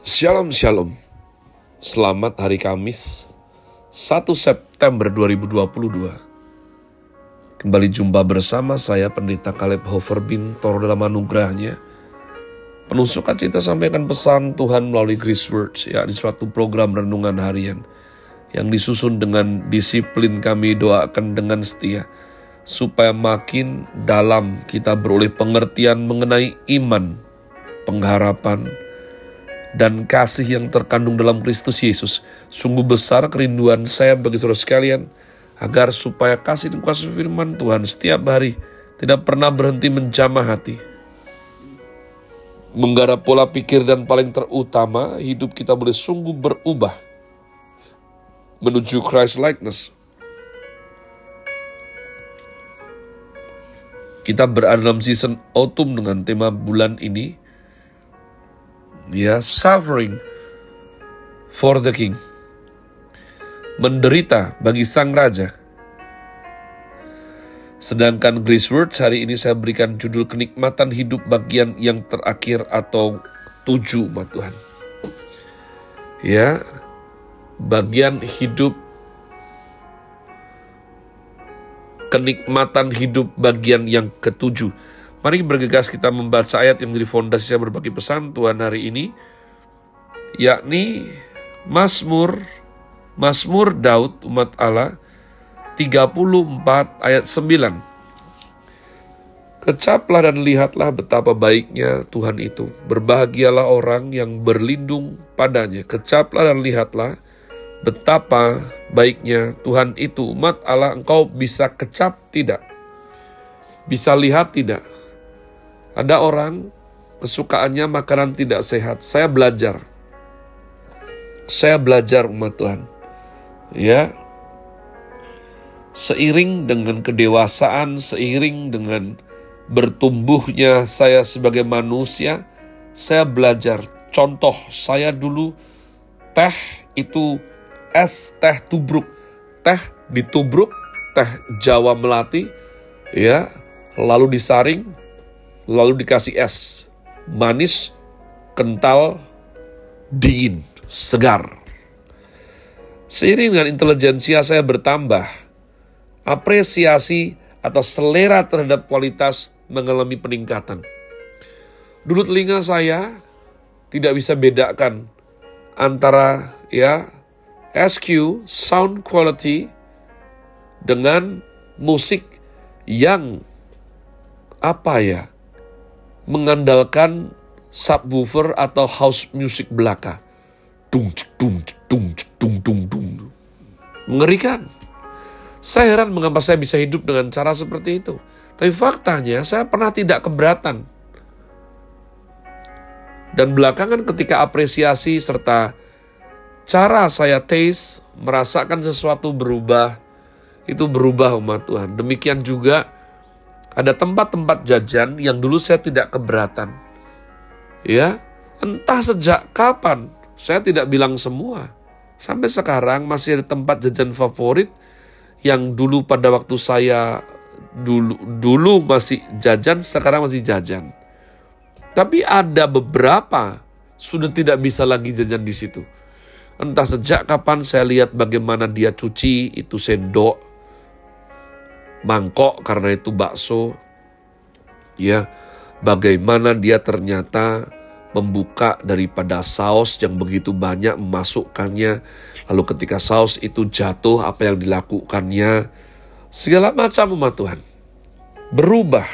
Shalom Shalom. Selamat hari Kamis 1 September 2022. Kembali jumpa bersama saya Pendeta Caleb Hofer Bintor dalam anugerahnya. Penuh sukacita sampaikan pesan Tuhan melalui Grace Words, ya, di suatu program renungan harian yang disusun dengan disiplin. Kami doakan dengan setia supaya makin dalam kita beroleh pengertian mengenai iman, pengharapan, dan kasih yang terkandung dalam Kristus Yesus. Sungguh besar kerinduan saya bagi saudara sekalian, agar supaya kasih dan kuasa firman Tuhan setiap hari tidak pernah berhenti menjamah hati, menggarap pola pikir, dan paling terutama, hidup kita boleh sungguh berubah menuju Christ likeness. Kita berada dalam season autumn dengan tema bulan ini, ya, suffering for the King, menderita bagi sang raja. Sedangkan Grace Words hari ini saya berikan judul kenikmatan hidup bagian yang terakhir atau 7 umat Tuhan. Ya, bagian hidup, kenikmatan hidup bagian yang ke-7. Mari bergegas kita membaca ayat yang menjadi fondasi saya berbagi pesan Tuhan hari ini, yakni Mazmur Daud umat Allah 34 ayat 9. Kecaplah dan lihatlah betapa baiknya Tuhan itu. Berbahagialah orang yang berlindung padanya. Kecaplah dan lihatlah betapa baiknya Tuhan itu. Umat Allah, engkau bisa kecap tidak? Bisa lihat tidak? Ada orang kesukaannya makanan tidak sehat. Saya belajar umat Tuhan. Ya, seiring dengan kedewasaan, seiring dengan bertumbuhnya saya sebagai manusia, saya belajar. Contoh, saya dulu teh itu es teh tubruk, teh ditubruk, teh Jawa Melati, ya, lalu disaring, lalu dikasih es, manis, kental, dingin, segar. Seiring dengan intelijensia saya bertambah, apresiasi atau selera terhadap kualitas mengalami peningkatan. Dulu telinga saya tidak bisa bedakan antara SQ, sound quality, dengan musik yang mengandalkan subwoofer atau house music belaka. Dung, dung, dung, dung, dung, dung. Mengerikan. Saya heran mengapa saya bisa hidup dengan cara seperti itu. Tapi faktanya saya pernah tidak keberatan. Dan belakangan ketika apresiasi serta cara saya taste, merasakan sesuatu berubah, itu berubah umat Tuhan. Demikian juga ada tempat-tempat jajan yang dulu saya tidak keberatan. Ya, entah sejak kapan, saya tidak bilang semua. Sampai sekarang masih ada tempat jajan favorit yang dulu pada waktu saya dulu masih jajan, sekarang masih jajan. Tapi ada beberapa sudah tidak bisa lagi jajan di situ. Entah sejak kapan saya lihat bagaimana dia cuci itu sendok, mangkok karena itu bakso, ya, bagaimana dia ternyata membuka daripada saus yang begitu banyak, memasukkannya, lalu ketika saus itu jatuh apa yang dilakukannya, segala macam umat Tuhan berubah.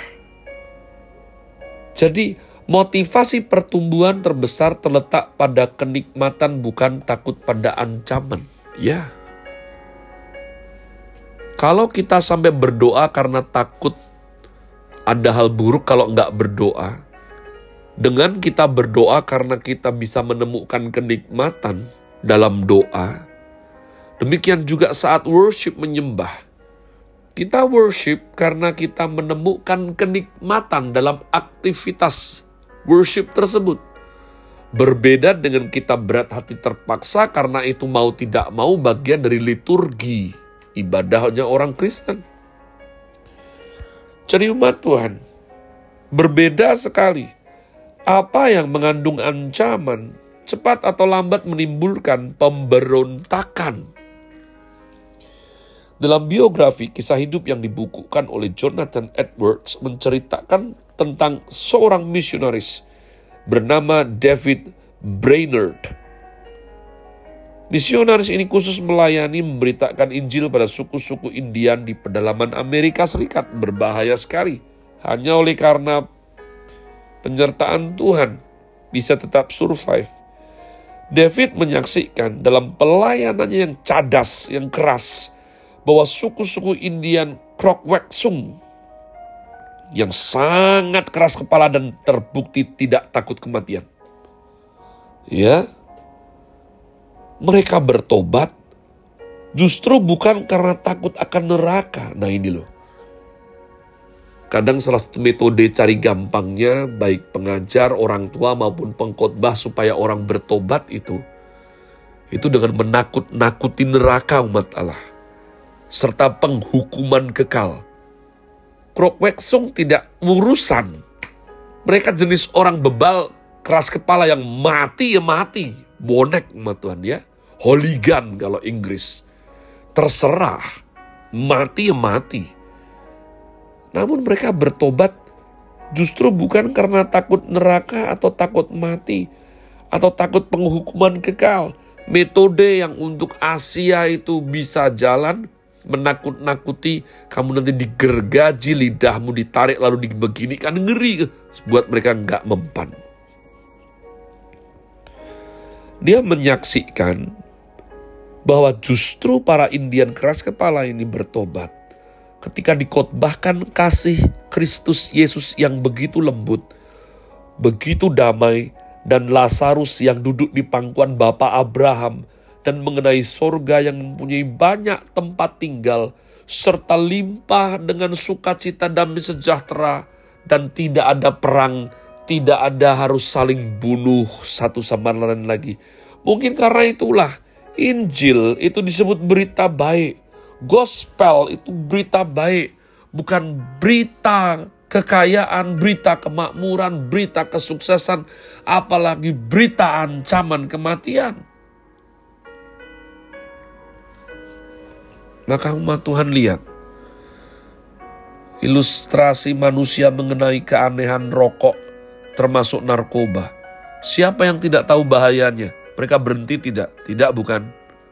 Jadi motivasi pertumbuhan terbesar terletak pada kenikmatan, bukan takut pada ancaman. Ya, kalau kita sampai berdoa karena takut ada hal buruk kalau enggak berdoa, dengan kita berdoa karena kita bisa menemukan kenikmatan dalam doa, demikian juga saat worship menyembah. Kita worship karena kita menemukan kenikmatan dalam aktivitas worship tersebut. Berbeda dengan kita berat hati terpaksa karena itu mau tidak mau bagian dari liturgi ibadahnya orang Kristen. Jadi umat Tuhan, berbeda sekali. Apa yang mengandung ancaman cepat atau lambat menimbulkan pemberontakan. Dalam biografi kisah hidup yang dibukukan oleh Jonathan Edwards menceritakan tentang seorang misionaris bernama David Brainerd. Misionaris ini khusus melayani memberitakan Injil pada suku-suku Indian di pedalaman Amerika Serikat. Berbahaya sekali. Hanya oleh karena penyertaan Tuhan bisa tetap survive. David menyaksikan dalam pelayanannya yang cadas, yang keras, bahwa suku-suku Indian Krokweksung yang sangat keras kepala dan terbukti tidak takut kematian. Ya, mereka bertobat justru bukan karena takut akan neraka. Nah ini loh. Kadang salah satu metode cari gampangnya baik pengajar, orang tua maupun pengkhotbah supaya orang bertobat itu dengan menakut-nakuti neraka umat Allah. Serta penghukuman kekal. Krokweksung tidak urusan. Mereka jenis orang bebal keras kepala yang mati ya mati. Bonek umat Tuhan ya. Hooligan kalau Inggris. Terserah. Mati ya mati. Namun mereka bertobat justru bukan karena takut neraka atau takut mati. Atau takut penghukuman kekal. Metode yang untuk Asia itu bisa jalan. Menakut-nakuti. Kamu nanti digergaji, lidahmu ditarik lalu dibeginikan. Ngeri. Buat mereka gak mempan. Dia menyaksikan bahwa justru para Indian keras kepala ini bertobat ketika dikhotbahkan kasih Kristus Yesus yang begitu lembut, begitu damai, dan Lazarus yang duduk di pangkuan Bapa Abraham, dan mengenai sorga yang mempunyai banyak tempat tinggal, serta limpah dengan sukacita damai sejahtera, dan tidak ada perang, tidak ada harus saling bunuh satu sama lain lagi. Mungkin karena itulah Injil itu disebut berita baik. Gospel itu berita baik. Bukan berita kekayaan, berita kemakmuran, berita kesuksesan, apalagi berita ancaman kematian. Maka umat Tuhan lihat. Ilustrasi manusia mengenai keanehan rokok termasuk narkoba. Siapa yang tidak tahu bahayanya? Mereka berhenti tidak? Tidak, bukan.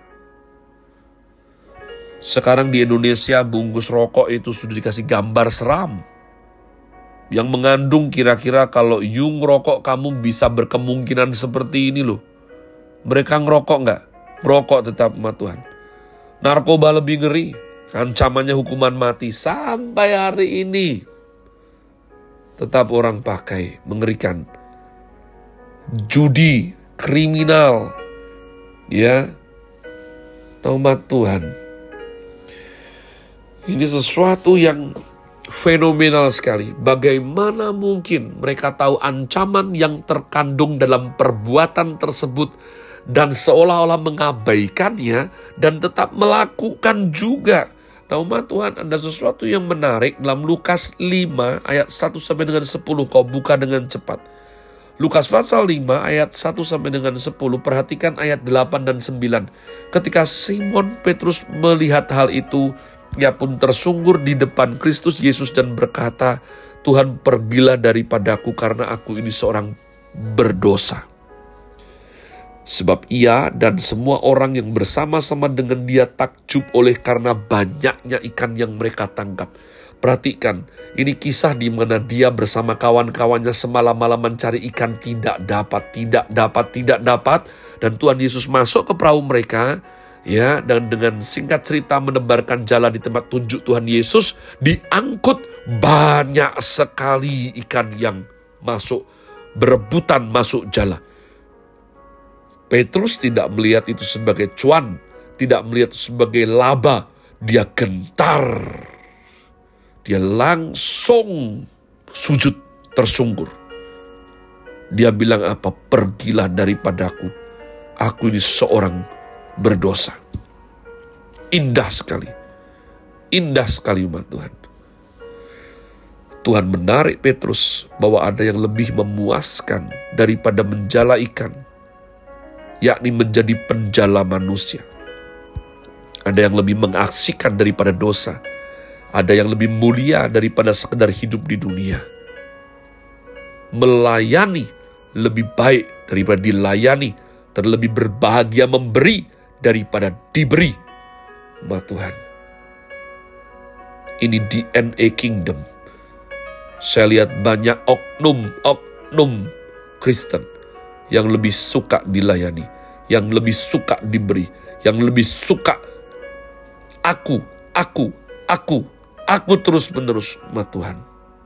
Sekarang di Indonesia bungkus rokok itu sudah dikasih gambar seram. Yang mengandung kira-kira kalau you ngerokok kamu bisa berkemungkinan seperti ini loh. Mereka ngerokok nggak? Merokok tetap umat Tuhan. Narkoba lebih ngeri. Ancamannya hukuman mati. Sampai hari ini tetap orang pakai. Mengerikan. Judi. Kriminal, ya, umat Tuhan. Ini sesuatu yang fenomenal sekali. Bagaimana mungkin mereka tahu ancaman yang terkandung dalam perbuatan tersebut dan seolah-olah mengabaikannya dan tetap melakukan juga. Nah umat Tuhan, ada sesuatu yang menarik dalam Lukas 5 ayat 1 sampai dengan 10. Kau buka dengan cepat. Lukas pasal 5 ayat 1 sampai dengan 10, perhatikan ayat 8 dan 9. Ketika Simon Petrus melihat hal itu, ia pun tersungkur di depan Kristus Yesus dan berkata, Tuhan pergilah daripadaku karena aku ini seorang berdosa. Sebab ia dan semua orang yang bersama-sama dengan dia takjub oleh karena banyaknya ikan yang mereka tangkap. Perhatikan, ini kisah di mana dia bersama kawan-kawannya semalam-malam mencari ikan tidak dapat. Dan Tuhan Yesus masuk ke perahu mereka, ya, dan dengan singkat cerita menebarkan jala di tempat tunjuk Tuhan Yesus, diangkut banyak sekali ikan yang masuk, berebutan masuk jala. Petrus tidak melihat itu sebagai cuan, tidak melihat itu sebagai laba, dia gentar. Dia langsung sujud tersungkur. Dia bilang apa? Pergilah daripadaku. Aku ini seorang berdosa. Indah sekali. Indah sekali umat Tuhan. Tuhan menarik Petrus bahwa ada yang lebih memuaskan daripada menjala ikan. yakni menjadi penjala manusia. Ada yang lebih mengasihkan daripada dosa. Ada yang lebih mulia daripada sekedar hidup di dunia. Melayani lebih baik daripada dilayani, terlebih berbahagia memberi daripada diberi. Tuhan, ini DNA kingdom. Saya lihat banyak oknum Kristen yang lebih suka dilayani, yang lebih suka diberi, yang lebih suka aku terus-menerus, Tuhan.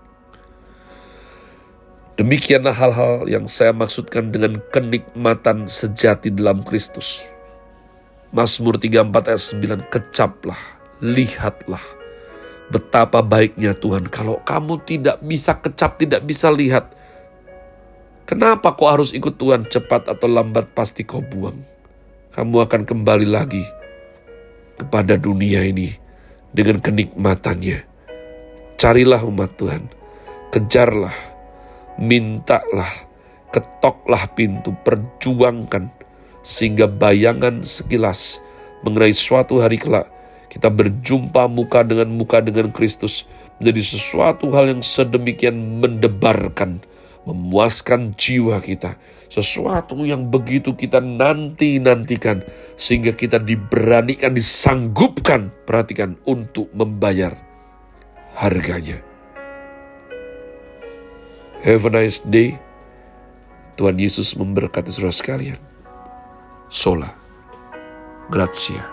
Demikianlah hal-hal yang saya maksudkan dengan kenikmatan sejati dalam Kristus. Mazmur 34 ayat 9, kecaplah, lihatlah betapa baiknya Tuhan. Kalau kamu tidak bisa kecap, tidak bisa lihat, kenapa kau harus ikut Tuhan? Cepat atau lambat pasti kau buang. Kamu akan kembali lagi kepada dunia ini dengan kenikmatannya. Carilah umat Tuhan, kejarlah, mintalah, ketoklah pintu, perjuangkan, sehingga bayangan sekilas mengenai suatu hari kelak kita berjumpa muka dengan Kristus menjadi sesuatu hal yang sedemikian mendebarkan, memuaskan jiwa kita. Sesuatu yang begitu kita nantikan sehingga kita diberanikan, disanggupkan, perhatikan, untuk membayar harganya. Have a nice day. Tuhan Yesus memberkati saudara sekalian. Sola Gratia.